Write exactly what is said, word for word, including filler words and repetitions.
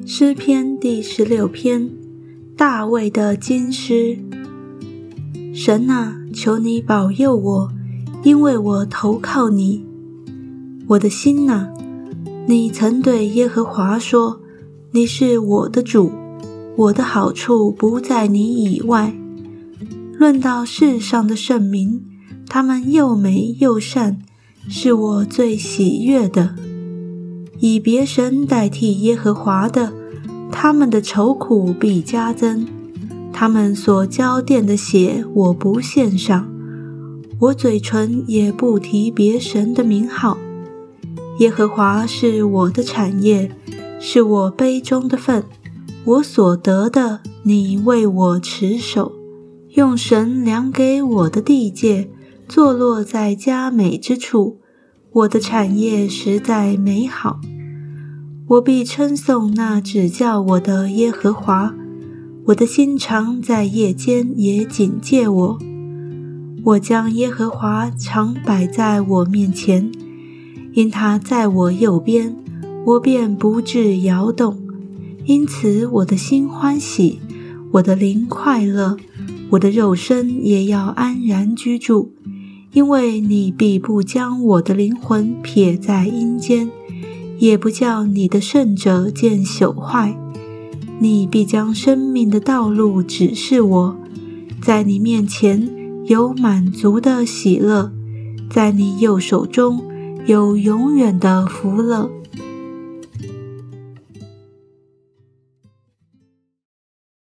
诗篇第十六篇，大卫的金诗。神啊，求你保佑我，因为我投靠你。我的心啊，你曾对耶和华说，你是我的主，我的好处不在你以外。论到世上的圣民，他们又美又善，是我最喜悦的。以别神代替耶和华的，他们的愁苦必加增。他们所浇奠的血，我不献上，我嘴唇也不提别神的名号。耶和华是我的产业，是我杯中的分，我所得的，你为我持守。用神量给我的地界，坐落在佳美之处，我的产业实在美好。我必称颂那指教我的耶和华，我的心肠在夜间也警戒我。我将耶和华常摆在我面前，因他在我右边，我便不致摇动。因此我的心欢喜，我的灵快乐，我的肉身也要安然居住，因为你必不将我的灵魂撇在阴间，也不叫你的圣者见朽坏。你必将生命的道路指示我，在你面前有满足的喜乐，在你右手中有永远的福乐。